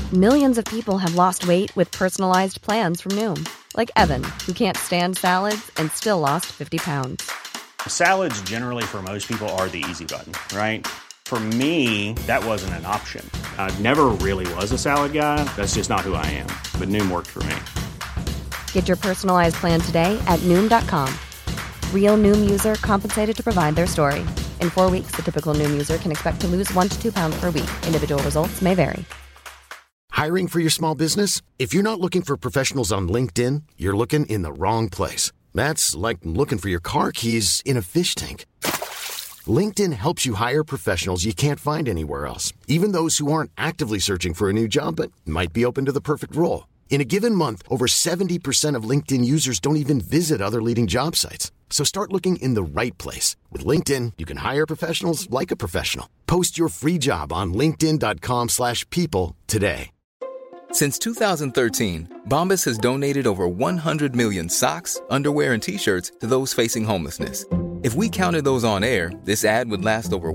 Millions of people have lost weight with personalized plans from Noom. Like Evan, who can't stand salads and still lost 50 pounds. Salads generally for most people are the easy button, right? For me, that wasn't an option. I never really was a salad guy. That's just not who I am. But Noom worked for me. Get your personalized plan today at Noom.com. Real Noom user compensated to provide their story. In 4 weeks, the typical Noom user can expect to lose 1 to 2 pounds per week. Individual results may vary. Hiring for your small business? If you're not looking for professionals on LinkedIn, you're looking in the wrong place. That's like looking for your car keys in a fish tank. LinkedIn helps you hire professionals you can't find anywhere else, even those who aren't actively searching for a new job but might be open to the perfect role. In a given month, over 70% of LinkedIn users don't even visit other leading job sites. So start looking in the right place. With LinkedIn, you can hire professionals like a professional. Post your free job on linkedin.com/people today. Since 2013, Bombas has donated over 100 million socks, underwear, and T-shirts to those facing homelessness. If we counted those on air, this ad would last over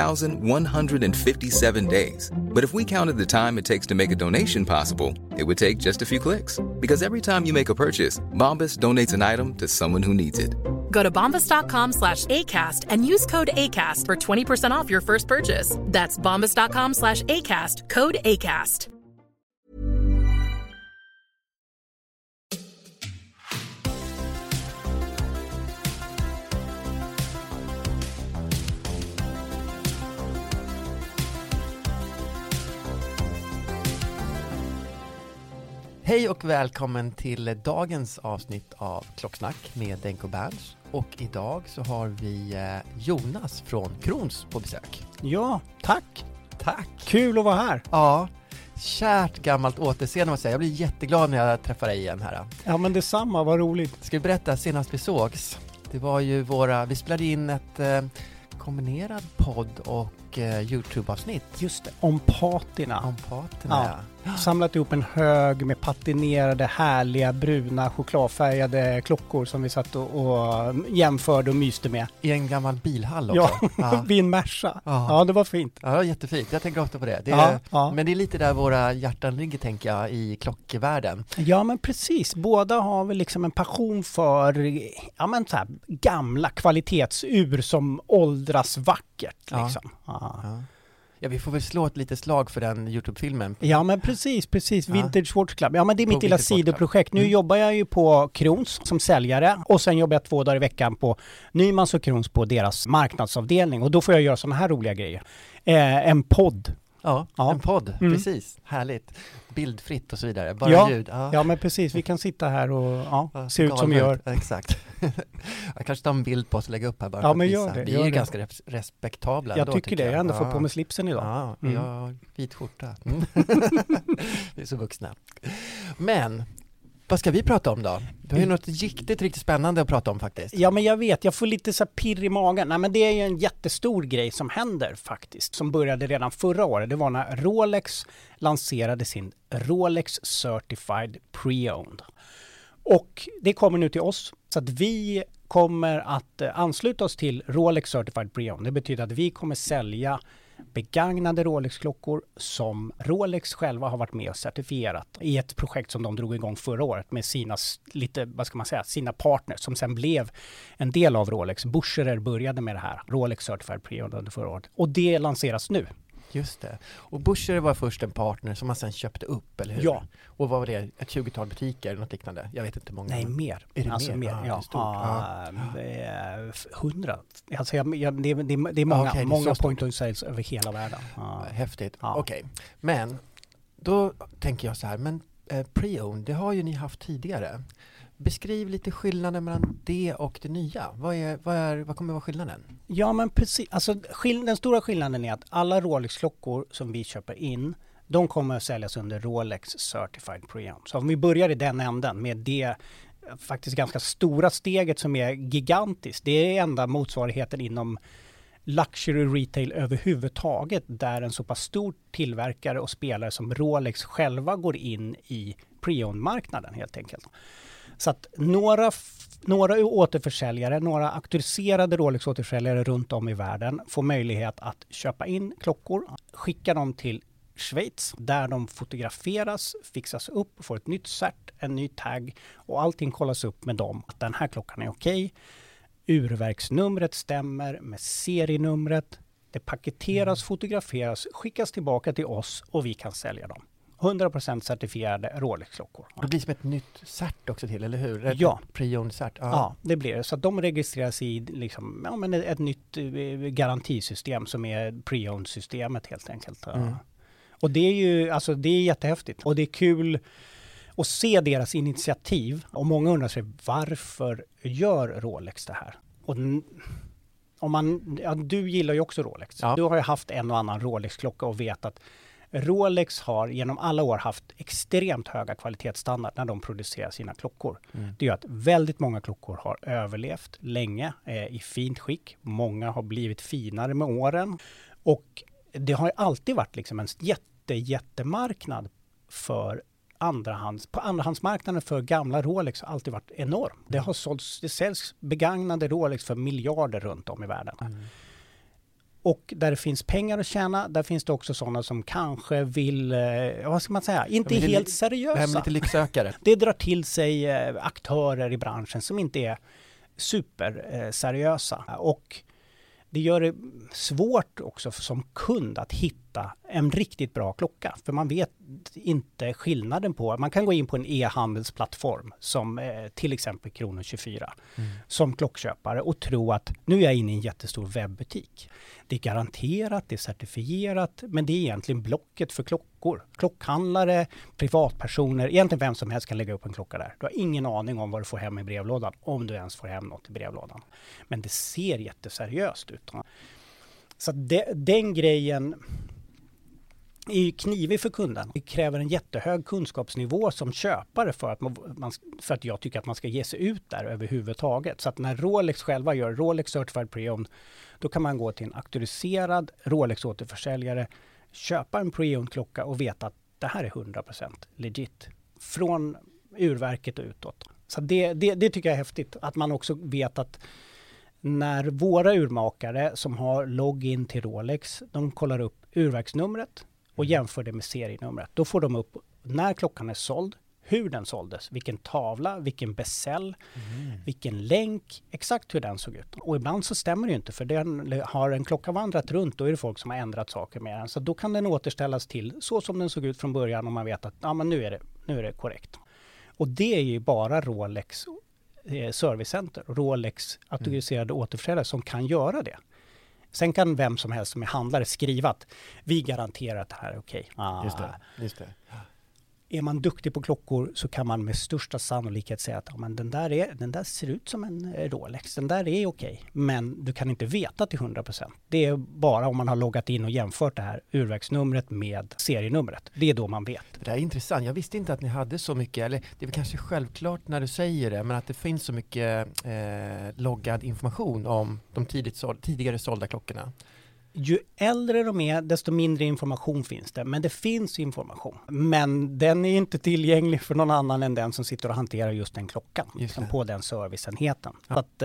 1,157 days. But if we counted the time it takes to make a donation possible, it would take just a few clicks. Because every time you make a purchase, Bombas donates an item to someone who needs it. Go to bombas.com/ACAST and use code ACAST for 20% off your first purchase. That's bombas.com/ACAST, code ACAST. Hej och välkommen till dagens avsnitt av Klocksnack med Denko Berns. Och idag så har vi Jonas från Kroons på besök. Ja, tack. Tack. Kul att vara här. Ja, kärt gammalt återseende måste jag säga. Jag blir jätteglad när jag träffar dig igen här. Ja, men detsamma, vad roligt. Ska vi berätta senast vi sågs? Det var ju vi spelade in ett kombinerad podd och YouTube-avsnitt. Just det, om patina. Om patina, ja. Samlat ihop en hög med patinerade, härliga, bruna, chokladfärgade klockor som vi satt och jämförde och myste med. I en gammal bilhall också. Ja, vid en Merca. Ja, det var fint. Ja, jättefint. Jag tänker ofta på det. Men det är lite där våra hjärtan ligger, tänker jag, i klockvärlden. Ja, men precis. Båda har väl liksom en passion för så här, gamla kvalitetsur som åldras vackert. Liksom. Ja, vi får väl slå ett litet slag för den YouTube-filmen. Ja, men precis. Vintage Watch Club. Ja, men det är mitt lilla sidoprojekt. Nu jobbar jag ju på Kroons som säljare och sen jobbar jag 2 dagar i veckan på Nymans och Kroons på deras marknadsavdelning. Och då får jag göra såna här roliga grejer. En podd. Ja, en podd. Precis. Härligt. Bildfritt och så vidare. Bara ljud. Ja, men precis. Vi kan sitta här och se ut som vi gör. Exakt. Jag kanske tar en bild på oss och lägga upp här bara. Ja, men gör det. Vi är ju ganska respektabla. Jag tycker det. Jag ändå får på mig slipsen idag. Ja, jag har vit skjorta. Vi är så vuxna. Men vad ska vi prata om då? Du har ju något riktigt spännande att prata om faktiskt. Ja, men jag vet. Jag får lite så pirr i magen. Nej, men det är ju en jättestor grej som händer faktiskt. Som började redan förra året. Det var när Rolex lanserade sin Rolex Certified Pre-Owned. Och det kommer nu till oss. Så att vi kommer att ansluta oss till Rolex Certified Pre-Owned. Det betyder att vi kommer sälja begagnade Rolex-klockor som Rolex själva har varit med och certifierat i ett projekt som de drog igång förra året med sina sina partners som sen blev en del av Rolex. Bucherer började med det här, Rolex Certified Pre-Owned under förra året. Och det lanseras nu. Just det. Och Bucherer var först en partner som man sen köpte upp, eller hur? Ja. Och vad var det? Ett 20-tal butiker eller något liknande? Jag vet inte hur många. Nej, mer. Är det alltså mer? Ja. Det är 100. Alltså det är många, okay, många point of sales över hela världen. Häftigt. Okej. Men då tänker jag så här, men pre-owned, det har ju ni haft tidigare. Beskriv lite skillnaden mellan det och det nya. Vad kommer vara skillnaden? Ja, men precis. Alltså, den stora skillnaden är att alla Rolex-klockor som vi köper in, de kommer att säljas under Rolex Certified Pre-Owned. Så om vi börjar i den änden med det faktiskt ganska stora steget som är gigantiskt. Det är enda motsvarigheten inom luxury retail överhuvudtaget där en så pass stor tillverkare och spelare som Rolex själva går in i pre-owned-marknaden helt enkelt. Så att några återförsäljare, några auktoriserade Rolex-återförsäljare runt om i världen får möjlighet att köpa in klockor, skicka dem till Schweiz där de fotograferas, fixas upp, får ett nytt cert, en ny tagg och allting kollas upp med dem att den här klockan är okej. Urverksnumret stämmer med serienumret. Det paketeras, fotograferas, skickas tillbaka till oss och vi kan sälja dem. 100% certifierade Rolex-klockor. Det blir som ett nytt cert också till, eller hur? Ja. Pre-owned cert. Ja, det blir det. Så att de registreras i liksom, ett nytt garantisystem som är pre-owned-systemet helt enkelt. Och det är ju det är jättehäftigt. Och det är kul att se deras initiativ. Och många undrar sig, varför gör Rolex det här? Och du gillar ju också Rolex. Ja. Du har ju haft en och annan Rolex-klocka och vet att Rolex har genom alla år haft extremt höga kvalitetsstandard när de producerar sina klockor. Det gör att väldigt många klockor har överlevt länge i fint skick. Många har blivit finare med åren. Och det har alltid varit liksom en jättemarknad för på andrahandsmarknaden för gamla Rolex har alltid varit enorm. Det säljs begagnade Rolex för miljarder runt om i världen. Och där det finns pengar att tjäna, där finns det också sådana som kanske vill, vad ska man säga, inte helt seriösa. Lite lycksökare. Det drar till sig aktörer i branschen som inte är superseriösa. Och det gör det svårt också som kund att hitta en riktigt bra klocka. För man vet inte skillnaden på. Man kan gå in på en e-handelsplattform som till exempel Kronor24 som klockköpare och tro att nu är jag inne i en jättestor webbutik. Det är garanterat, det är certifierat, men det är egentligen blocket för klockor. Klockhandlare, privatpersoner, egentligen vem som helst kan lägga upp en klocka där. Du har ingen aning om vad du får hem i brevlådan, om du ens får hem något i brevlådan. Men det ser jätteseriöst ut. Så den grejen är ju knivig för kunden. Det kräver en jättehög kunskapsnivå som köpare för att jag tycker att man ska ge sig ut där överhuvudtaget. Så att när Rolex själva gör Rolex Certified Pre-Owned, då kan man gå till en auktoriserad Rolex-återförsäljare, köpa en Pre-Owned klocka och veta att det här är 100% legit. Från urverket och utåt. Så det tycker jag är häftigt. Att man också vet att när våra urmakare som har login till Rolex, de kollar upp urverksnumret och jämför det med serienumret. Då får de upp när klockan är såld, hur den såldes, vilken tavla, vilken besäll, vilken länk, exakt hur den såg ut. Och ibland så stämmer det ju inte, för har en klocka vandrat runt, då är det folk som har ändrat saker med den. Så då kan den återställas till så som den såg ut från början och man vet att men nu är det korrekt. Och det är ju bara Rolex servicecenter och Rolex auktoriserade återförsäljare som kan göra det. Sen kan vem som helst som är handlare skriva att vi garanterar att det här är okej. Just det. Är man duktig på klockor så kan man med största sannolikhet säga att men den där ser ut som en Rolex. Den där är okej. Men du kan inte veta till 100%. Det är bara om man har loggat in och jämfört det här urverksnumret med serienumret. Det är då man vet. Det där är intressant. Jag visste inte att ni hade så mycket, eller det är väl kanske självklart när du säger det, men att det finns så mycket loggad information om de tidigare sålda klockorna. Ju äldre de är, desto mindre information finns det. Men det finns information. Men den är inte tillgänglig för någon annan än den som sitter och hanterar just den klockan. På den serviceenheten. Ja. Så att,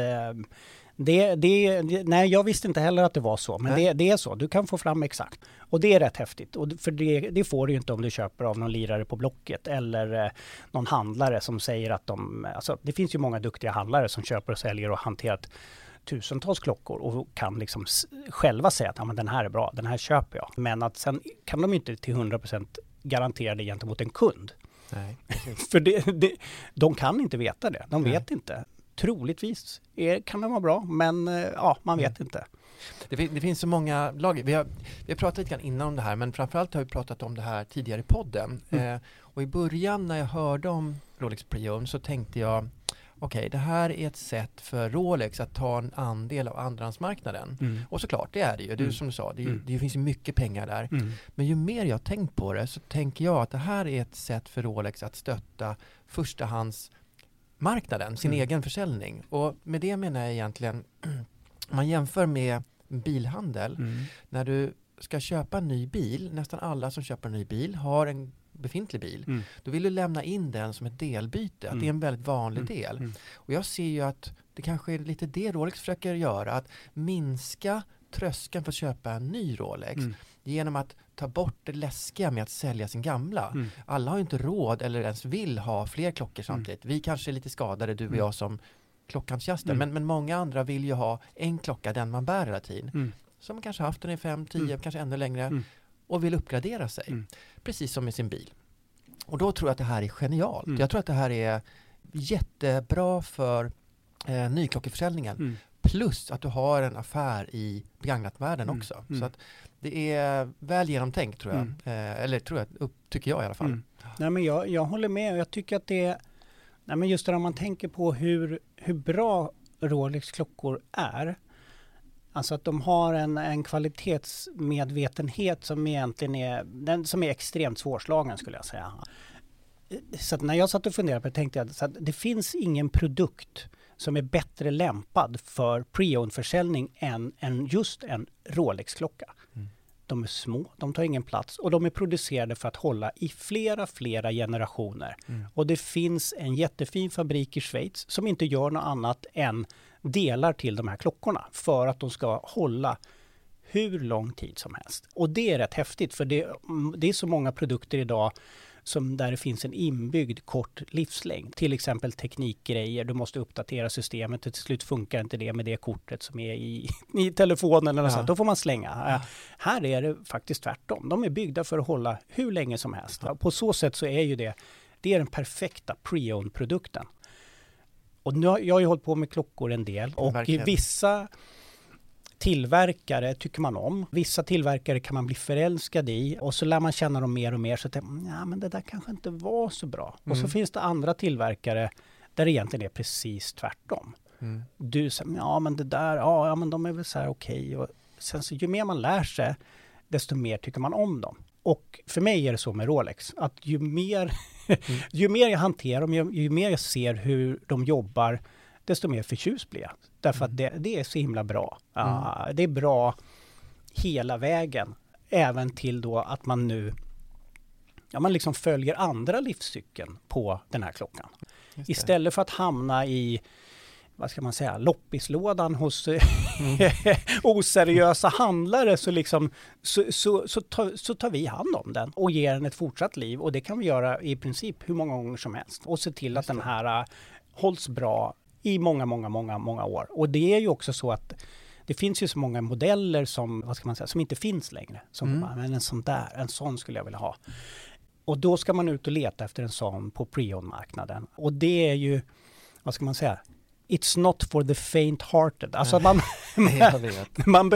nej, jag visste inte heller att det var så. Men det är så. Du kan få fram exakt. Och det är rätt häftigt. Och för det får du ju inte om du köper av någon lirare på Blocket. Eller någon handlare som säger att det finns ju många duktiga handlare som köper och säljer och hanterat tusentals klockor och kan liksom själva säga att men den här är bra, den här köper jag. Men att sen kan de inte till 100% garantera det gentemot en kund. Nej. För de kan inte veta det. De vet inte. Troligtvis kan de vara bra, men man vet inte. Det finns så många lager. Vi har pratat lite grann innan om det här, men framförallt har vi pratat om det här tidigare i podden. Och i början när jag hörde om Rolex Pre-Owned så tänkte jag okej, det här är ett sätt för Rolex att ta en andel av andrahandsmarknaden. Och såklart, det är det ju. Det är som du sa, det finns ju mycket pengar där. Men ju mer jag tänkt på det så tänker jag att det här är ett sätt för Rolex att stötta förstahandsmarknaden, sin egen försäljning. Och med det menar jag egentligen, om man jämför med bilhandel, när du ska köpa en ny bil, nästan alla som köper en ny bil har en befintlig bil, då vill du lämna in den som ett delbyte. Att det är en väldigt vanlig del. Och jag ser ju att det kanske är lite det Rolex försöker göra, att minska tröskeln för att köpa en ny Rolex genom att ta bort det läskiga med att sälja sin gamla. Alla har ju inte råd eller ens vill ha fler klockor samtidigt. Vi kanske är lite skadade, du och jag som klockentusiaster. Men många andra vill ju ha en klocka, den man bär hela tiden. Som kanske haft den i 5, 10, kanske ännu längre. Och vill uppgradera sig. Precis som med sin bil. Och då tror jag att det här är genialt. Jag tror att det här är jättebra för nyklockeförsäljningen. Plus att du har en affär i begagnat-världen också. Så att det är väl genomtänkt tror jag. Eller tycker jag i alla fall. Nej, men jag håller med och jag tycker att det är... Nej, men just det om man tänker på hur bra Rolex-klockor är. Alltså att de har en kvalitetsmedvetenhet som egentligen är extremt svårslagen skulle jag säga. Så att när jag satt och funderade på det tänkte jag att det finns ingen produkt som är bättre lämpad för pre-owned-försäljning än just en Rolex-klocka. De är små, de tar ingen plats och de är producerade för att hålla i flera generationer. Och det finns en jättefin fabrik i Schweiz som inte gör något annat än delar till de här klockorna för att de ska hålla hur lång tid som helst. Och det är rätt häftigt för det är så många produkter idag där det finns en inbyggd kort livslängd. Till exempel teknikgrejer, du måste uppdatera systemet och till slut funkar inte det med det kortet som är i telefonen eller så. Då får man slänga. Här är det faktiskt tvärtom. De är byggda för att hålla hur länge som helst. På så sätt så är ju det är den perfekta pre-owned-produkten. Och nu jag har ju hållit på med klockor en del och vissa tillverkare tycker man om. Vissa tillverkare kan man bli förälskad i och så lär man känna dem mer och mer så att men det där kanske inte var så bra. Och så finns det andra tillverkare där det egentligen är precis tvärtom. Du säger, men det där, men de är väl så här okej. Och sen så ju mer man lär sig desto mer tycker man om dem. Och för mig är det så med Rolex att ju mer jag hanterar dem, ju mer jag ser hur de jobbar desto mer förtjust blir jag. Därför att det är så himla bra. Det är bra hela vägen. Även till då att man nu man liksom följer andra livscykeln på den här klockan. Istället för att hamna i vad ska man säga, loppislådan hos oseriösa handlare så tar vi hand om den och ger den ett fortsatt liv. Och det kan vi göra i princip hur många gånger som helst. Och se till att den här hålls bra i många år. Och det är ju också så att det finns ju så många modeller som, vad ska man säga, som inte finns längre. Men en sån skulle jag vilja ha. Och då ska man ut och leta efter en sån på pre-owned-marknaden. Och det är ju, vad ska man säga, it's not for the faint-hearted. Alltså man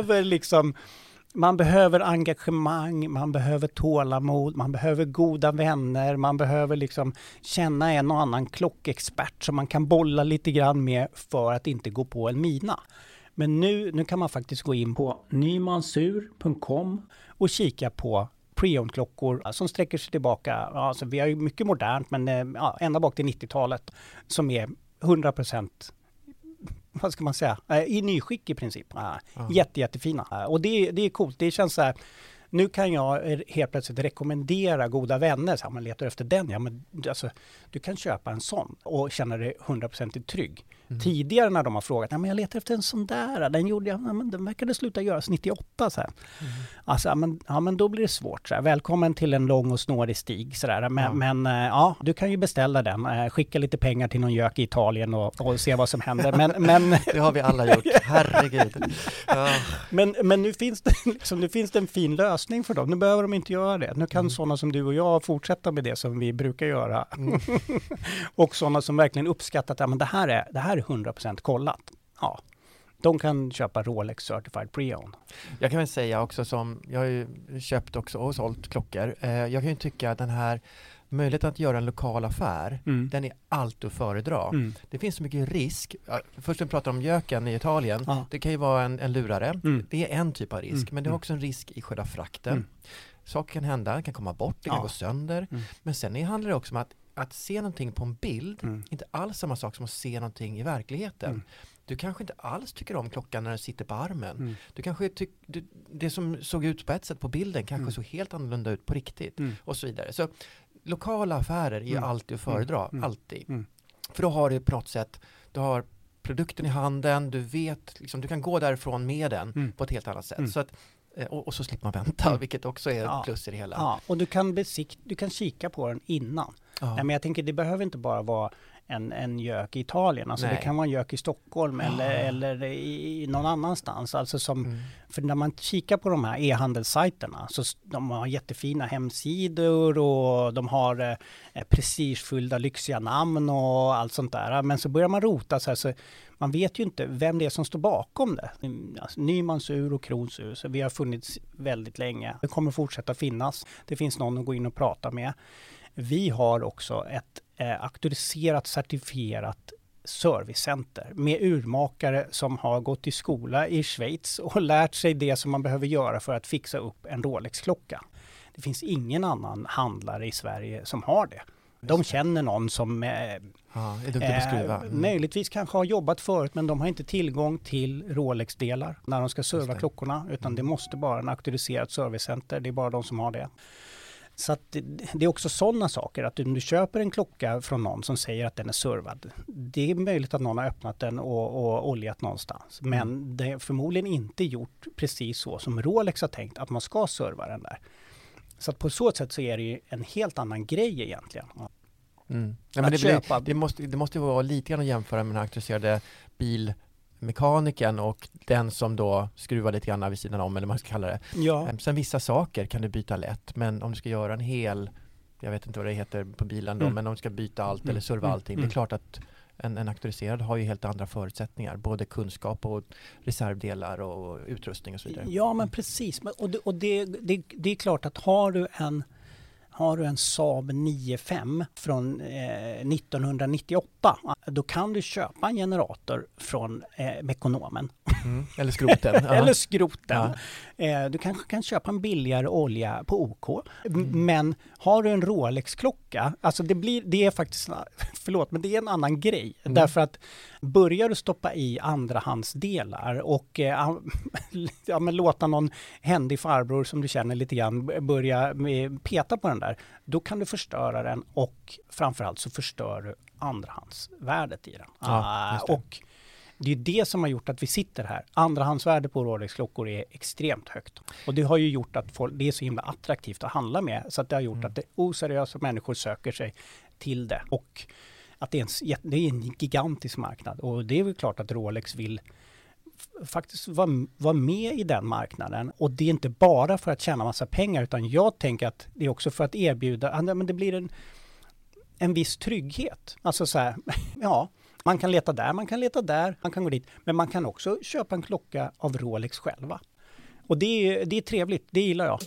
behöver engagemang, man behöver tålamod, man behöver goda vänner, man behöver liksom känna en och annan klockexpert som man kan bolla lite grann med för att inte gå på en mina. Men nu kan man faktiskt gå in på nymansur.com och kika på pre-owned-klockor som sträcker sig tillbaka. Alltså vi har ju mycket modernt men ända bak till 90-talet som är 100%, vad ska man säga, i nyskick i princip. Jättefina. Och det är coolt. Det känns så här, nu kan jag helt plötsligt rekommendera goda vänner. Så här, man letar efter den. Men alltså, du kan köpa en sån och känna dig 100% trygg. Tidigare när de har frågat, men jag letar efter en sån där. Den gjorde jag, men den verkade sluta göras 98. Så här. Alltså, men då blir det svårt. Så här. Välkommen till en lång och snårig stig. Så där. Men du kan ju beställa den. Skicka lite pengar till någon gök i Italien och se vad som händer. Men det har vi alla gjort. Herregud. Men nu finns det en fin lösning för dem. Nu behöver de inte göra det. Nu kan sådana som du och jag fortsätta med det som vi brukar göra. Och sådana som verkligen uppskattar att det här är 100% kollat. Ja, de kan köpa Rolex Certified Pre-Owned. Jag kan väl säga också som, jag har ju köpt också och sålt klockor. Jag kan ju tycka att den här möjligheten att göra en lokal affär, den är allt att föredra. Det finns så mycket risk. Först när vi pratar om göken i Italien, det kan ju vara en lurare. Det är en typ av risk, men det är också en risk i själva frakten. Saker kan hända, det kan komma bort, det kan gå sönder. Men sen handlar det också om att se någonting på en bild, inte alls samma sak som att se någonting i verkligheten. Du kanske inte alls tycker om klockan när den sitter på armen. Du kanske det som såg ut på ett sätt på bilden kanske såg helt annorlunda ut på riktigt. Och så vidare. Så lokala affärer är alltid att föredra. Alltid. För då har du på något sätt, du har produkten i handen, du vet, liksom, du kan gå därifrån med den på ett helt annat sätt. Så att Och så slipper man vänta, vilket också är ett plus i det hela. Ja, och du kan kika på den innan. Ja. Nej, men jag tänker det behöver inte bara vara en gök i Italien. Alltså det kan vara en gök i Stockholm eller i någon annanstans. Alltså för när man kikar på de här e-handelssajterna så de har jättefina hemsidor och de har prestigefyllda lyxiga namn och allt sånt där. Men så börjar man rota så man vet ju inte vem det är som står bakom det. Alltså, Nymans ur och Krons ur, så vi har funnits väldigt länge. Det kommer fortsätta finnas. Det finns någon att gå in och prata med. Vi har också ett auktoriserat, certifierat servicecenter med urmakare som har gått i skola i Schweiz och lärt sig det som man behöver göra för att fixa upp en Rolex-klocka. Det finns ingen annan handlare i Sverige som har det. De känner någon som är duktig på skruva. Möjligtvis kanske har jobbat förut, men de har inte tillgång till Rolex-delar när de ska serva klockorna, utan det måste vara en auktoriserat servicecenter. Det är bara de som har det. Så att det är också sådana saker, att om du köper en klocka från någon som säger att den är servad, det är möjligt att någon har öppnat den och oljat någonstans. Men det är förmodligen inte gjort precis så som Rolex har tänkt att man ska serva den där. Så att på så sätt så är det ju en helt annan grej egentligen. Ja, men det måste vara lite grann att jämföra med den auktoriserade bilmekanikern och den som då skruvar lite grann vid sidan om, eller vad man ska kalla det. Ja. Sen vissa saker kan du byta lätt, men om du ska göra en hel, jag vet inte vad det heter på bilen då, men om du ska byta allt eller serva allting, det är klart att en auktoriserad har ju helt andra förutsättningar, både kunskap och reservdelar och utrustning och så vidare. Ja, men precis. Och det är klart att har du en Saab 9-5 från 1998, då kan du köpa en generator från Mekonomen. Eller skroten. Eller skroten. Ja. Du kanske kan köpa en billigare olja på OK. Men har du en Rolex-klocka, alltså det är faktiskt, förlåt, men det är en annan grej. Därför att börjar du stoppa i andrahandsdelar och men låta någon händig farbror som du känner lite grann börja peta på den där, då kan du förstöra den, och framförallt så förstör du andrahandsvärdet i den. Och det är det som har gjort att vi sitter här. Andrahandsvärde på Rolex-klockor är extremt högt. Och det har ju gjort att det är så himla attraktivt att handla med. Så att det har gjort att oseriösa människor söker sig till det. Och att det är en gigantisk marknad. Och det är väl klart att Rolex vill faktiskt vara med i den marknaden. Och det är inte bara för att tjäna massa pengar, utan jag tänker att det är också för att erbjuda, men det blir en viss trygghet. Alltså så här, man kan leta där, man kan leta där, man kan gå dit. Men man kan också köpa en klocka av Rolex själva. Och det är trevligt, det gillar jag.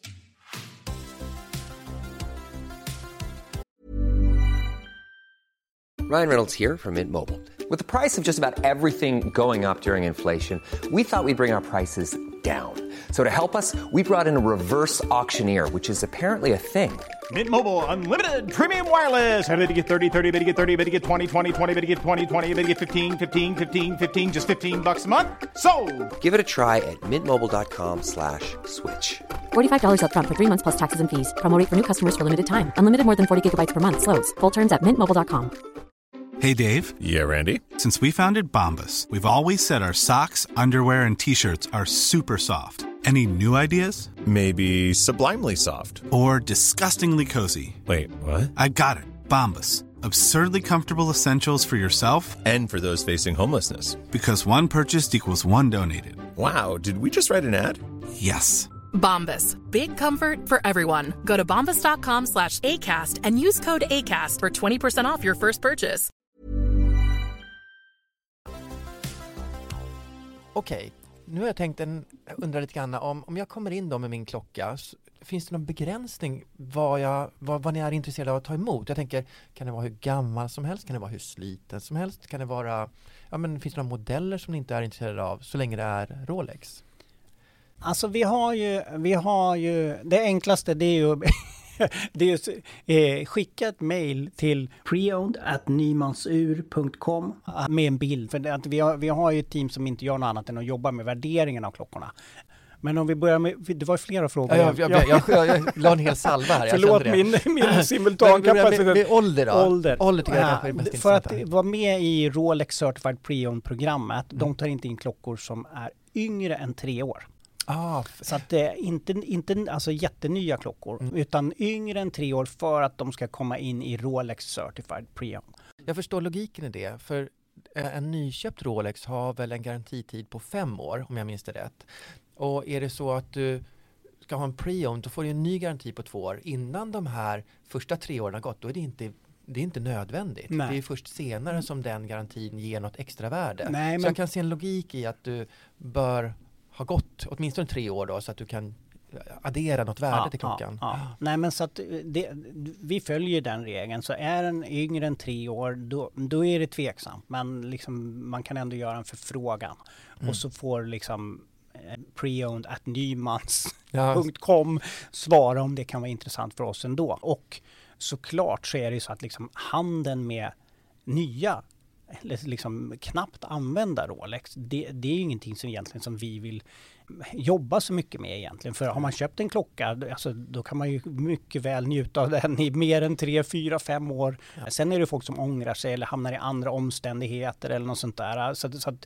Ryan Reynolds here from Mint Mobile. With the price of just about everything going up during inflation, we thought we'd bring our prices down. So to help us, we brought in a reverse auctioneer, which is apparently a thing. Mint Mobile Unlimited Premium Wireless. How to get 30, 30, bit to get 30, bit to get 20, 20, 20, bit to get 20, 20, bit to get 15, 15, 15, 15, just $15 a month? Sold! Give it a try at mintmobile.com/switch. $45 up front for 3 months plus taxes and fees. Promo rate for new customers for limited time. Unlimited more than 40 gigabytes per month. Slows full terms at mintmobile.com. Hey, Dave. Yeah, Randy. Since we founded Bombas, we've always said our socks, underwear, and T-shirts are super soft. Any new ideas? Maybe sublimely soft. Or disgustingly cozy. Wait, what? I got it. Bombas. Absurdly comfortable essentials for yourself and for those facing homelessness. Because one purchased equals one donated. Wow, did we just write an ad? Yes. Bombas. Big comfort for everyone. Go to bombas.com/ACAST and use code ACAST for 20% off your first purchase. Okej, nu har jag undrar lite grann om jag kommer in då med min klocka, finns det någon begränsning vad ni är intresserade av att ta emot? Jag tänker, kan det vara hur gammal som helst? Kan det vara hur sliten som helst? Kan det vara, finns det några modeller som ni inte är intresserade av så länge det är Rolex? Alltså vi har ju det enklaste, det är ju skicka ett mejl till preowned@nymansur.com med en bild. För att vi har ju ett team som inte gör något annat än att jobba med värderingen av klockorna. Men om vi börjar med, det var flera frågor. Jag la en hel salva här. Förlåt min simultankapacitet. Ålder då? Ålder tycker jag kanske är mest för att vara med i Rolex Certified Pre-Owned-programmet, de tar inte in klockor som är yngre än 3 år. Så att det är inte alltså jättenya klockor, utan yngre än 3 år för att de ska komma in i Rolex Certified Pre-Owned. Jag förstår logiken i det, för en nyköpt Rolex har väl en garantitid på 5 år, om jag minns det rätt. Och är det så att du ska ha en pre-owned, då får du en ny garanti på 2 år. Innan de här första 3 åren har gått, då är det är inte nödvändigt. Nej. Det är först senare som den garantin ger något extra värde. Nej, så jag kan se en logik i att du bör ha gått åtminstone 3 år då, så att du kan addera något värde till klockan. Nej, men så att vi följer den regeln. Så är den yngre än 3 år, då är det tveksamt. Men liksom, man kan ändå göra en förfrågan. Och så får liksom pre-owned at nymans.com svara om det kan vara intressant för oss ändå. Och såklart så är det så att liksom handeln med nya eller liksom knappt använda Rolex, det är ju ingenting som egentligen som vi vill jobba så mycket med egentligen. För har man köpt en klocka, alltså, då kan man ju mycket väl njuta av den i mer än 3, 4, 5 år. Ja. Sen är det folk som ångrar sig eller hamnar i andra omständigheter eller något sånt där. Så att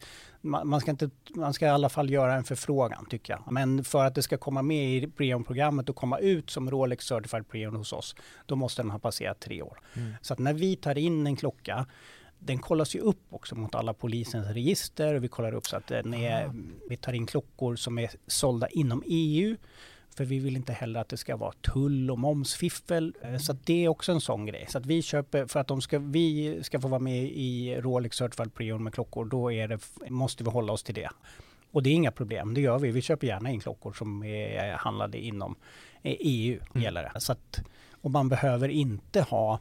man ska i alla fall göra en förfrågan, tycker jag. Men för att det ska komma med i Pre-Owned-programmet och komma ut som Rolex Certified Pre-Owned hos oss, då måste den ha passerat 3 år. Så att när vi tar in en klocka, den kollas ju upp också mot alla polisens register, och vi kollar upp så att vi tar in klockor som är sålda inom EU, för vi vill inte heller att det ska vara tull och momsfiffel. Så att det är också en sån grej. Så att vi köper, för att vi ska få vara med i Rolex Certified Pre-Owned med klockor, då måste vi hålla oss till det. Och det är inga problem, det gör vi. Vi köper gärna in klockor som är handlade inom EU, gäller det. Så att, och man behöver inte ha,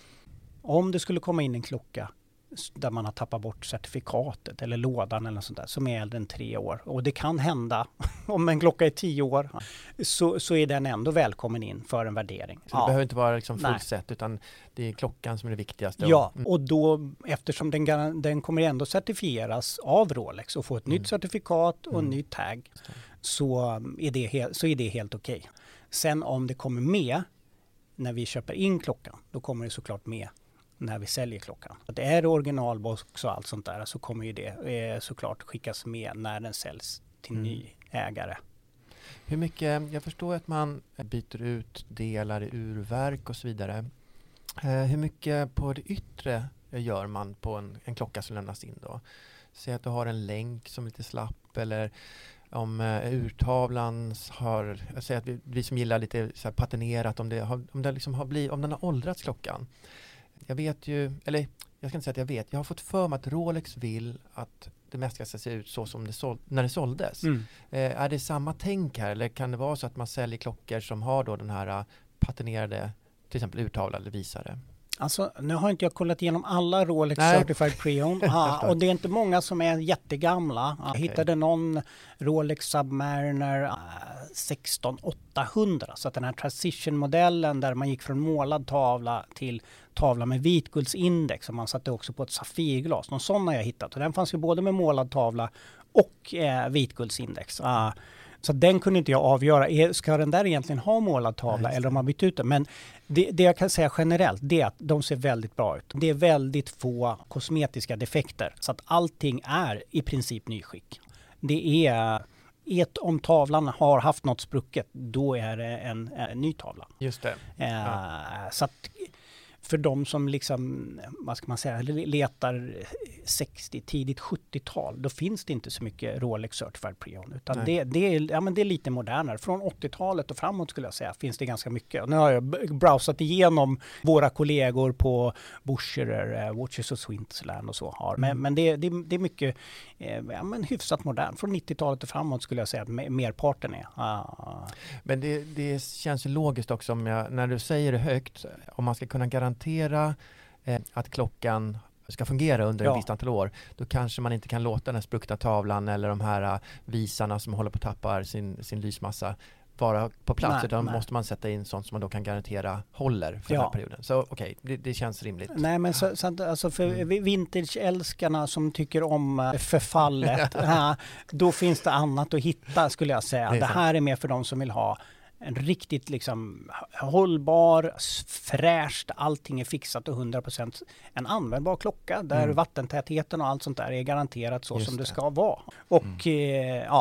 om det skulle komma in en klocka där man har tappat bort certifikatet eller lådan eller något sånt där, som är äldre än 3 år. Och det kan hända, om en klocka är 10 år, så är den ändå välkommen in för en värdering. Så det behöver inte vara liksom fullsätt, utan det är klockan som är det viktigaste. Ja, och då, eftersom den kommer ändå certifieras av Rolex och få ett nytt certifikat och en ny tag, så är det helt okej. Sen om det kommer med när vi köper in klockan, då kommer det såklart med när vi säljer klockan. Att är det originalbox och allt sånt där, så kommer ju det såklart skickas med när den säljs till ny ägare. Hur mycket, jag förstår att man byter ut delar i urverk och så vidare. Hur mycket på det yttre gör man på en klocka som lämnas in då? Säg att du har en länk som är lite slapp, eller om urtavlan har, jag säger att vi som gillar lite så här patinerat, om den har åldrats klockan. Jag vet ju, eller jag ska inte säga att jag vet, jag har fått för mig att Rolex vill att det mesta ska se ut så som när det såldes. Är det samma tänk här, eller kan det vara så att man säljer klockor som har då den här patinerade, till exempel urtavla eller visare? Alltså, nu har inte jag kollat igenom alla Rolex Certified Pre-Owned och det är inte många som är jättegamla. Jag hittade någon Rolex Submariner 16800, så att den här transition-modellen där man gick från målad tavla till tavla med vitguldsindex, och man satte också på ett safirglas. Någon sån har jag hittat, och den fanns ju både med målad tavla och vitguldsindex. Så den kunde inte jag avgöra. Ska den där egentligen ha målad tavla eller om man bytt ut den? Men det jag kan säga generellt, det är att de ser väldigt bra ut. Det är väldigt få kosmetiska defekter. Så att allting är i princip nyskick. Det är om tavlan har haft något sprucket, då är det en ny tavla. Just det. Så att för de som liksom, vad ska man säga, letar 60, tidigt 70-tal, då finns det inte så mycket Rolex Certified Pre-Owned, utan det är lite modernare. Från 80-talet och framåt skulle jag säga finns det ganska mycket. Och nu har jag browsat igenom våra kollegor på Bucherer, Watches of Switzerland och så har. Men det är mycket hyfsat modern. Från 90-talet och framåt skulle jag säga att merparten är. Men det känns ju logiskt också när du säger det högt, om man ska kunna garantera att klockan ska fungera under ett visst antal år, då kanske man inte kan låta den spruckna tavlan eller de här visarna som håller på att tappa sin lysmassa vara på plats, utan måste man sätta in sånt som man då kan garantera håller för den här perioden. Så okej, det känns rimligt. Nej, men så alltså för vintage-älskarna som tycker om förfallet, då finns det annat att hitta, skulle jag säga. Det här är mer för de som vill ha en riktigt liksom hållbar, fräscht, allting är fixat och 100% en användbar klocka där vattentätheten och allt sånt där är garanterat så som det ska vara. Och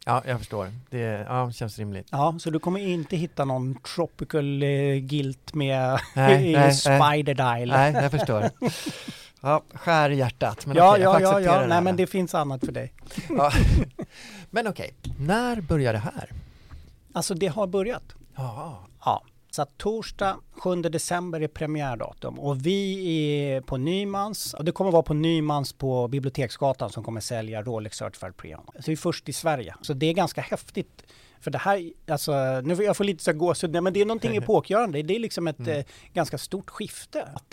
Ja, jag förstår. Det känns rimligt. Ja, så du kommer inte hitta någon tropical gilt med spider dial. Nej, jag förstår. Ja, skär i hjärtat. Men ja. Nej, men det finns annat för dig. Ja. Men okej, när börjar det här? Alltså det har börjat. Ja. Så att torsdag 7 december är premiärdatum och vi är på Nymans, och det kommer vara på Nymans på Biblioteksgatan som kommer sälja Rolex Certified Pre-Owned. Så vi är först i Sverige. Så det är ganska häftigt. För det här, alltså, nu får jag få lite så gåshud, men det är någonting epokgörande. Det är liksom ett ganska stort skifte. Att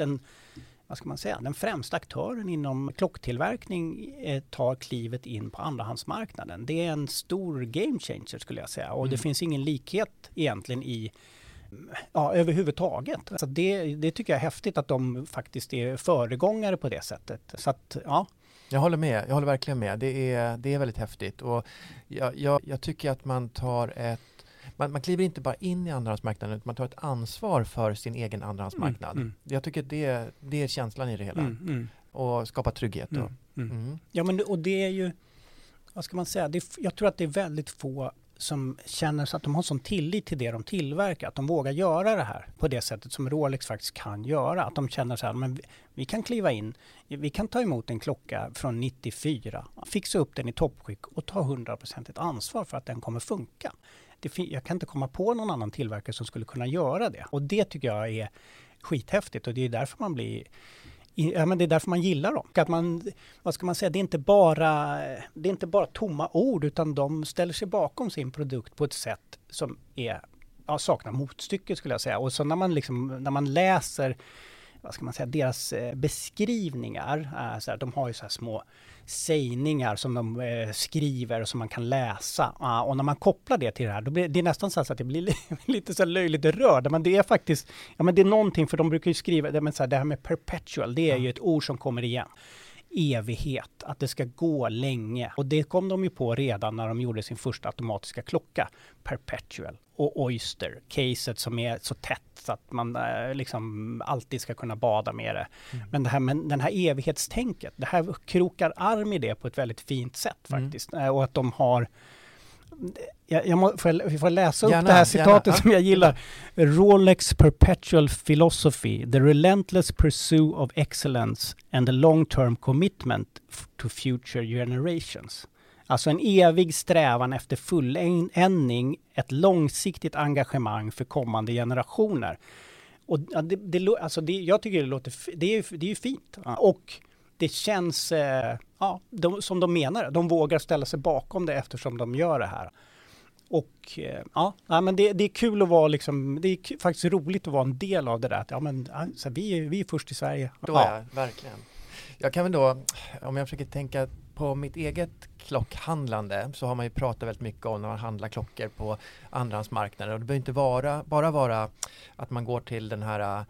den främsta aktören inom klocktillverkning tar klivet in på andrahandsmarknaden. Det är en stor game changer skulle jag säga. Och det finns ingen likhet egentligen överhuvudtaget. Så det tycker jag är häftigt att de faktiskt är föregångare på det sättet. Så att, ja. Jag håller verkligen med. Det är väldigt häftigt. Och jag tycker att man tar man kliver inte bara in i andrahandsmarknaden, utan man tar ett ansvar för sin egen andrahandsmarknad. Jag tycker att det är känslan i det hela. Och skapa trygghet då. Ja, men och det är ju, vad ska man säga, jag tror att det är väldigt få som känner så att de har sån tillit till det de tillverkar, att de vågar göra det här på det sättet som Rolex faktiskt kan göra. Att de känner så här, men vi kan kliva in, vi kan ta emot en klocka från 94, fixa upp den i toppskick och ta 100% ansvar för att den kommer funka. Jag kan inte komma på någon annan tillverkare som skulle kunna göra det. Och det tycker jag är skithäftigt och det är därför man blir... Ja, men det är därför man gillar dem. Att man, vad ska man säga, det är inte bara tomma ord, utan de ställer sig bakom sin produkt på ett sätt som saknar motstycke skulle jag säga. Och så när man läser, vad ska man säga, deras beskrivningar, de har ju så här små sägningar som de skriver och som man kan läsa. Och när man kopplar det till det här, då blir det nästan så att det blir lite så löjligt rörd. Men det är faktiskt, men det är någonting, för de brukar ju skriva, det här med perpetual, det är ju ett ord som kommer igen. Evighet, att det ska gå länge. Och det kom de ju på redan när de gjorde sin första automatiska klocka, Perpetual. Och Oyster, caset som är så tätt så att man liksom alltid ska kunna bada med det. Men den här evighetstänket, det här krokar arm i det på ett väldigt fint sätt faktiskt. Och att de har... Vi får läsa upp det här citatet som jag gillar. Rolex Perpetual Philosophy, the relentless pursuit of excellence and the long-term commitment to future generations. Alltså en evig strävan efter fulländning, ett långsiktigt engagemang för kommande generationer. Och jag tycker det är ju fint. Och det känns som de menar. De vågar ställa sig bakom det eftersom de gör det här. Och men det är kul att vara liksom, det är faktiskt roligt att vara en del av det där. Så vi är först i Sverige. Då är jag, verkligen. Jag kan väl då, om jag försöker tänka på mitt eget klockhandlande, så har man ju pratat väldigt mycket om när man handlar klockor på andrahandsmarknaden. Och det behöver inte bara vara att man går till den här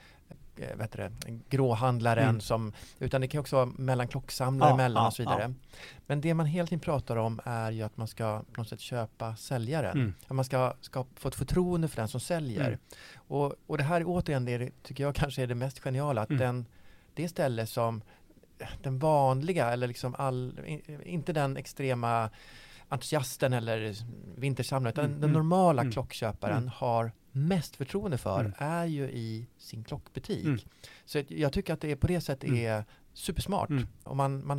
gråhandlaren utan det kan också vara mellan klocksamlare och så vidare. Men det man hela tiden pratar om är ju att man ska på något sätt köpa säljaren. Att man ska få ett förtroende för den som säljer. Och det här återigen, det tycker jag kanske är det mest geniala, att det ställe som den vanliga, eller liksom inte den extrema entusiasten eller vintersamlaren, utan den normala klockköparen har mest förtroende för är ju i sin klockbutik. Så jag tycker att det är på det sättet är supersmart. Och man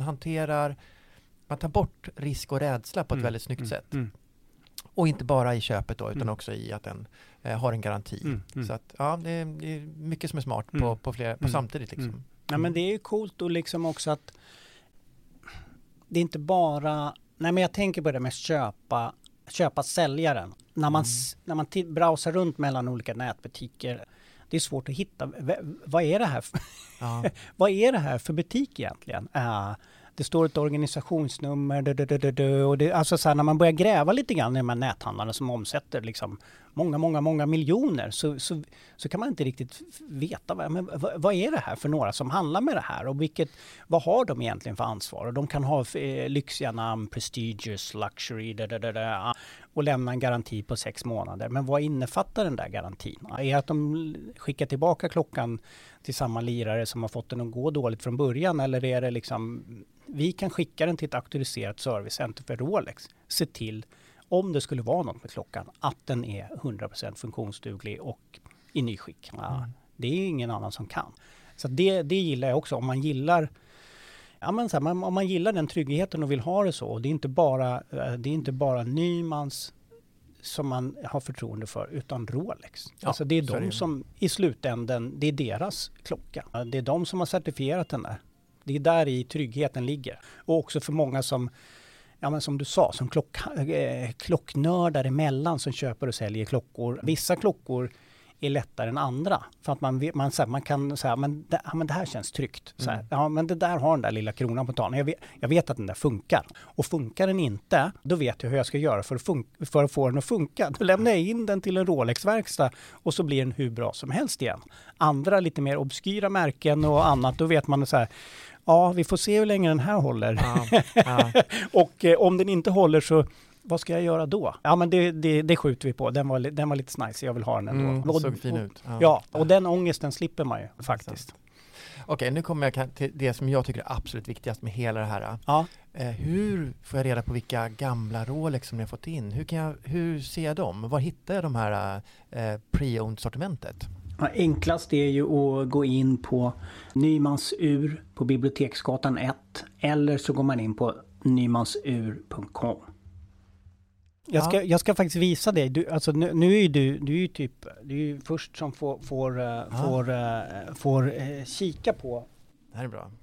tar bort risk och rädsla på ett väldigt snyggt sätt. Och inte bara i köpet då, utan också i att den har en garanti. Så att det är mycket som är smart på samtidigt liksom. Ja, men det är ju coolt och liksom också att det är inte bara... Nej, men jag tänker på det med köpa säljaren. När man browsar runt mellan olika nätbutiker, det är svårt att hitta. Vad är det här för, vad är det här för butik egentligen? Det står ett organisationsnummer. Och det, alltså så här, när man börjar gräva lite grann i de här näthandlarna som omsätter liksom många miljoner, så kan man inte riktigt veta vad är det här för några som handlar med det här, och vad har de egentligen för ansvar. Och de kan ha lyxiga namn, prestigious, luxury, och lämna en garanti på 6 månader. Men vad innefattar den där garantin? Är det att de skickar tillbaka klockan till samma lirare som har fått den att gå dåligt från början, eller är det liksom vi kan skicka den till ett auktoriserat servicecenter för Rolex, se till om det skulle vara något med klockan, att den är 100% funktionsduglig och i nyskick. Det är ingen annan som kan. Så det gillar jag också. Om man gillar om man gillar den tryggheten och vill ha det så. Och det är inte bara Nymans som man har förtroende för, utan Rolex. Alltså det är de som i slutändan, det är deras klocka. Det är de som har certifierat den där. Det är där i tryggheten ligger. Och också för många som du sa, som klocknördar emellan som köper och säljer klockor. Vissa klockor är lättare än andra. För att man kan säga, men det här känns tryggt. Så här, ja, men det där har den där lilla kronan på tanen. Jag vet att den där funkar. Och funkar den inte, då vet jag hur jag ska göra för att få den att funka. Då lämnar jag in den till en Rolex-verkstad och så blir den hur bra som helst igen. Andra lite mer obskyra märken och annat, då vet man så här, ja, vi får se hur länge den här håller. Ja. Och om den inte håller så, vad ska jag göra då? Ja, men det skjuter vi på. Den var lite nice. Jag vill ha den ändå. Det såg fin ut. Ja, och den ångesten slipper man ju faktiskt. Okej, nu kommer jag till det som jag tycker är absolut viktigast med hela det här. Ja. Hur får jag reda på vilka gamla Rolex som ni har fått in? Hur ser jag dem? Var hittar jag de här pre-owned-sortimentet? Ja, enklast är ju att gå in på Nymans ur på Biblioteksgatan 1, eller så går man in på nymansur.com. Jag ska faktiskt visa dig. Du är ju först som får kika på. Det här är bra.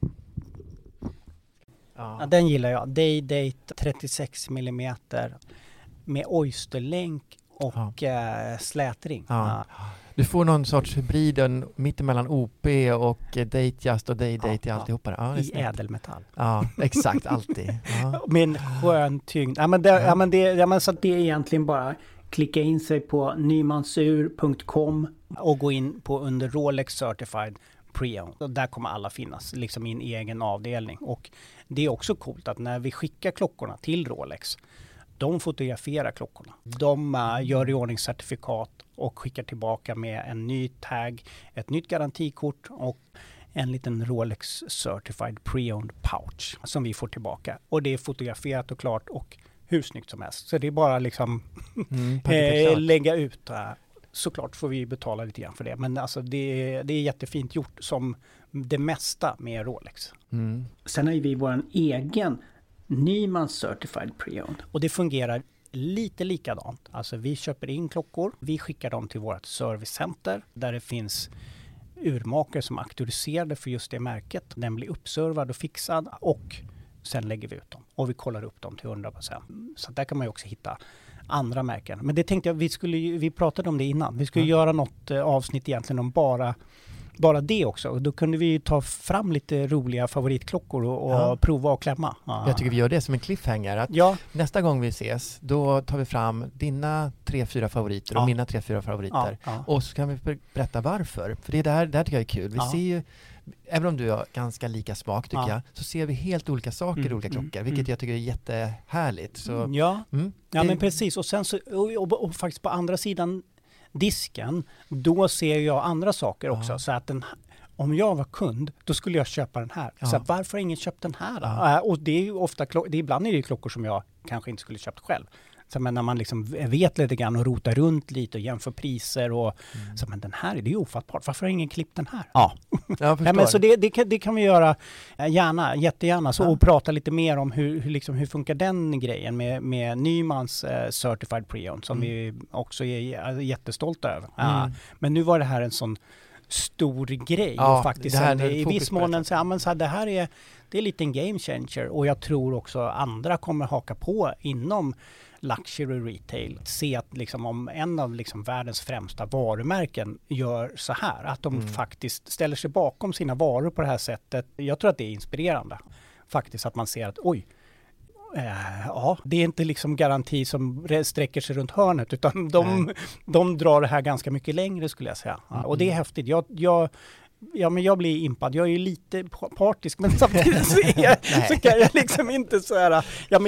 Ja, den gillar jag. Day-Date 36 mm med oysterlänk och slätring. Ja. Du får någon sorts hybriden mittemellan OP och Datejust och Day-Date i alltihopa. Ja, i ädelmetall. Ja, exakt, alltid. Ja. Med en skön tyngd. Så det är egentligen bara klicka in sig på nymansur.com och gå in på under Rolex Certified Pre-Owned. Och där kommer alla finnas, liksom i en egen avdelning. Och det är också coolt att när vi skickar klockorna till Rolex, de fotograferar klockorna. De gör i ordning certifikat och skickar tillbaka med en ny tag, ett nytt garantikort och en liten Rolex Certified Pre-Owned pouch som vi får tillbaka. Och det är fotograferat och klart och hur snyggt som helst. Så det är bara liksom lägga ut. Såklart får vi betala lite grann för det. Men alltså det är jättefint gjort som det mesta med Rolex. Mm. Sen har vi vår egen Nymans Certified Pre-Owned. Och det fungerar lite likadant. Alltså vi köper in klockor, vi skickar dem till vårt servicecenter där det finns urmakare som är auktoriserade för just det märket. Den blir uppservad och fixad och sen lägger vi ut dem. Och vi kollar upp dem till 100%. Så där kan man ju också hitta andra märken. Men det tänkte jag, vi pratade om det innan. Vi skulle göra något avsnitt egentligen om bara det också. Och då kunde vi ta fram lite roliga favoritklockor och prova och klämma. Jag tycker vi gör det som en cliffhanger. Att nästa gång vi ses, då tar vi fram dina 3-4 favoriter och mina 3-4 favoriter. Och så kan vi berätta varför. För det här tycker jag är kul. Vi ser ju, även om du har ganska lika smak tycker jag, så ser vi helt olika saker i olika klockor. Vilket jag tycker är jättehärligt. Så, men precis. Och sen så, och faktiskt på andra sidan disken, då ser jag andra saker också. Så att om jag var kund, då skulle jag köpa den här. Så att, varför har ingen köpt den här? Och det är ju ofta, ibland är det klockor som jag kanske inte skulle köpt själv. Så, men när man liksom vet lite grann och rotar runt lite och jämför priser och så, men den här, det är ju ofattbart. Varför har ingen klippt den här? Men så det kan vi göra jättegärna. Så, och prata lite mer om hur funkar den grejen med Nymans Certified Pre-Owned som vi också är jättestolta över. Men nu var det här en sån stor grej och faktiskt i viss mån så det här är lite en game changer och jag tror också andra kommer haka på inom luxury retail. Se att liksom, om en av liksom världens främsta varumärken gör så här, att de faktiskt ställer sig bakom sina varor på det här sättet. Jag tror att det är inspirerande. Faktiskt att man ser att det är inte liksom garanti som sträcker sig runt hörnet utan de drar det här ganska mycket längre skulle jag säga. Och det är häftigt. Men jag blir impad. Jag är ju lite partisk men samtidigt så kan jag liksom inte så här. Men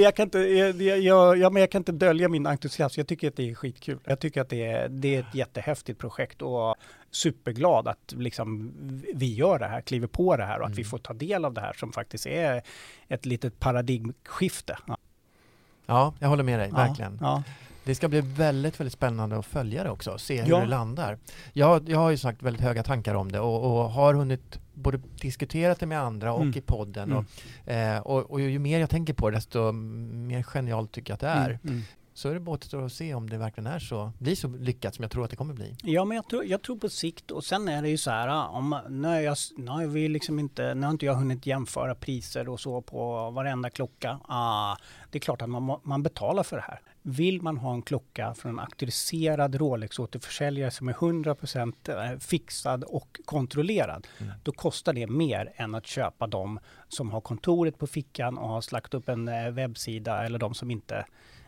jag kan inte dölja min entusiasm. Jag tycker att det är skitkul. Jag tycker att det är ett jättehäftigt projekt och superglad att liksom vi gör det här, kliver på det här och att vi får ta del av det här som faktiskt är ett litet paradigmskifte. Ja, jag håller med dig, Ja, verkligen. ja. Det ska bli väldigt, väldigt spännande att följa det också. Se hur det landar. Jag har ju sagt väldigt höga tankar om det och har hunnit både diskuterat det med andra och i podden. Och ju mer jag tänker på det, desto mer genialt tycker jag att det är. Så är det bara att se om det verkligen är så, blir så lyckat som jag tror att det kommer bli. Ja, men jag tror på sikt, och sen är det ju så här, nu har inte jag hunnit jämföra priser och så på varenda klocka. Det är klart att man betalar för det här. Vill man ha en klocka från en auktoriserad Rolex-återförsäljare som är 100% fixad och kontrollerad, då kostar det mer än att köpa dem som har kontoret på fickan och har slagt upp en webbsida, eller de som inte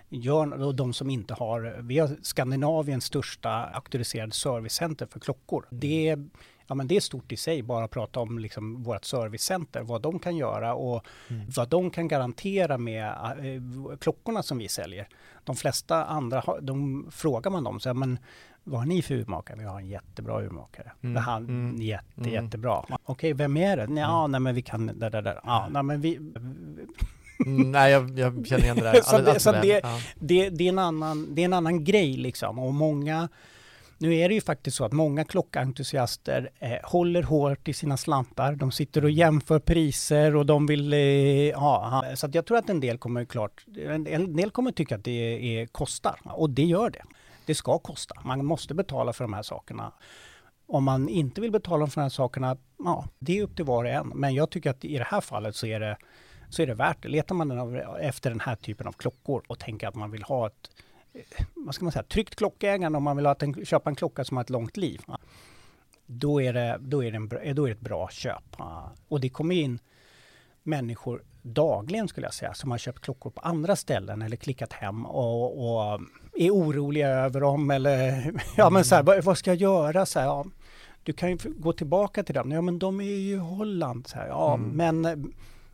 har. Vi har Skandinaviens största auktoriserade servicecenter för klockor. Det är stort i sig, bara att prata om liksom vårt servicecenter, vad de kan göra och vad de kan garantera med klockorna som vi säljer. De flesta andra, frågar man dem, så men vad har ni för urmakare? Vi har en jättebra urmakare. Jättebra. Okej, vem är det? Nej, men vi kan där. Ja, nej, men vi... Nej, jag känner igen det där. Det är en annan grej liksom. Och nu är det ju faktiskt så att många klockentusiaster håller hårt i sina slantar. De sitter och jämför priser och de vill så att jag tror att en del kommer tycka att det kostar. Och det gör det. Det ska kosta. Man måste betala för de här sakerna. Om man inte vill betala för de här sakerna, det är upp till var och en. Men jag tycker att i det här fallet så är det värt det. Letar man efter den här typen av klockor och tänker att man vill ha ett tryggt klockägande, om man vill köpa en klocka som har ett långt liv, då är det ett bra köp. Och det kommer in människor dagligen, skulle jag säga, som har köpt klockor på andra ställen eller klickat hem och är oroliga över dem, eller men så här, vad ska jag göra? Så här, du kan ju gå tillbaka till dem. Ja, men de är ju i Holland. Så här, men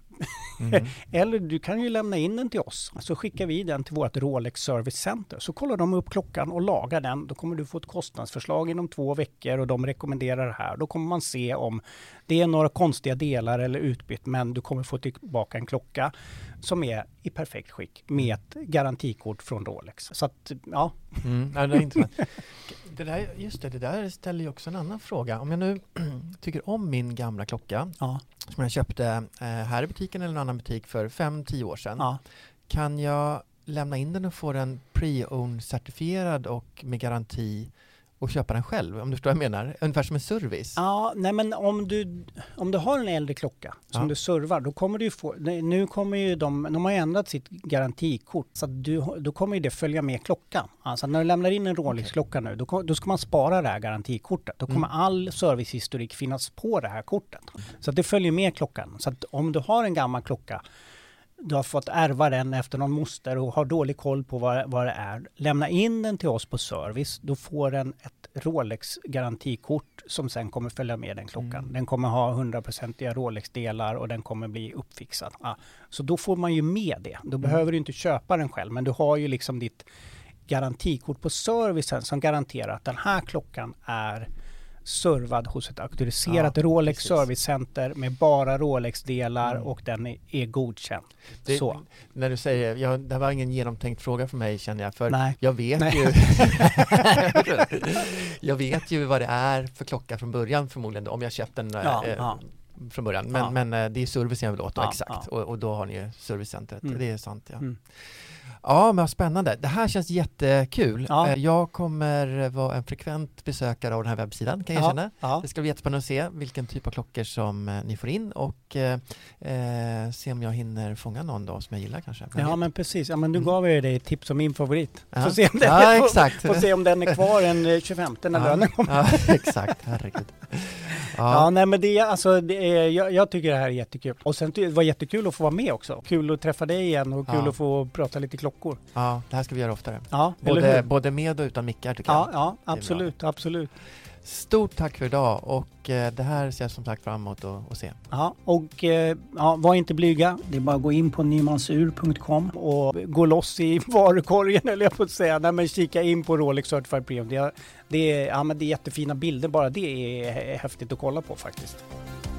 eller du kan ju lämna in den till oss, så skickar vi den till vårt Rolex Service Center, så kollar de upp klockan och lagar den. Då kommer du få ett kostnadsförslag inom 2 veckor och de rekommenderar det här. Då kommer man se om det är några konstiga delar eller utbytt, men du kommer få tillbaka en klocka som är i perfekt skick med ett garantikort från Rolex. Så att, ja. Det är intressant. Det där ställer ju också en annan fråga. Om jag nu tycker om min gamla klocka som jag köpte här i butiken eller en annan butik för 5-10 år sedan. Kan jag lämna in den och få den pre-owned certifierad och med garanti och köpa den själv, om du förstår vad jag menar? Ungefär som en service. Men om du har en äldre klocka som du servar, då kommer du få, nu kommer ju de har ändrat sitt garantikort, så att då kommer ju det följa med klockan. Alltså när du lämnar in en Rolex-klocka nu, då ska man spara det här garantikortet. Då kommer all servicehistorik finnas på det här kortet. Så att det följer med klockan. Så att om du har en gammal klocka, du har fått ärva den efter någon moster och har dålig koll på vad det är, lämna in den till oss på service. Då får den ett Rolex-garantikort som sen kommer följa med den klockan. Den kommer ha 100% Rolex-delar och den kommer bli uppfixad. Så då får man ju med det. Då behöver du inte köpa den själv, men du har ju liksom ditt garantikort på servicen som garanterar att den här klockan är servad hos ett auktoriserat Rolex servicecenter med bara Rolex-delar och den är godkänd. Så. När du säger, det var ingen genomtänkt fråga för mig, känner jag, för Nej. Jag vet ju jag vet ju vad det är för klocka från början, förmodligen, om jag köpt den från början. Men det är servicen jag vill åt, exakt. Och då har ni ju servicecentret. Det är sant, Ja, men spännande. Det här känns jättekul. Jag kommer vara en frekvent besökare av den här webbsidan, kan jag känna. Det ska bli jättespännande att se vilken typ av klockor som ni får in och se om jag hinner fånga någon då som jag gillar kanske. Men precis. Ja, men du gav ju dig ett tips om min favorit. Ja. Får se om den får se om den är kvar den 25 när lönen kommer. Ja, exakt. Herregud. Jag tycker det här är jättekul. Och sen det var jättekul att få vara med också. Kul att träffa dig igen och kul att få prata lite klockor. Ja, det här ska vi göra oftare. Både med och utan mickar, tycker jag. Ja, absolut. Stort tack för idag, och det här ser jag som sagt fram emot att se. Var inte blyga. Det är bara att gå in på nymansur.com och gå loss i varukorgen, eller jag får säga. Men kika in på Rolex Certified Premium. Det är jättefina bilder, bara det är häftigt att kolla på faktiskt.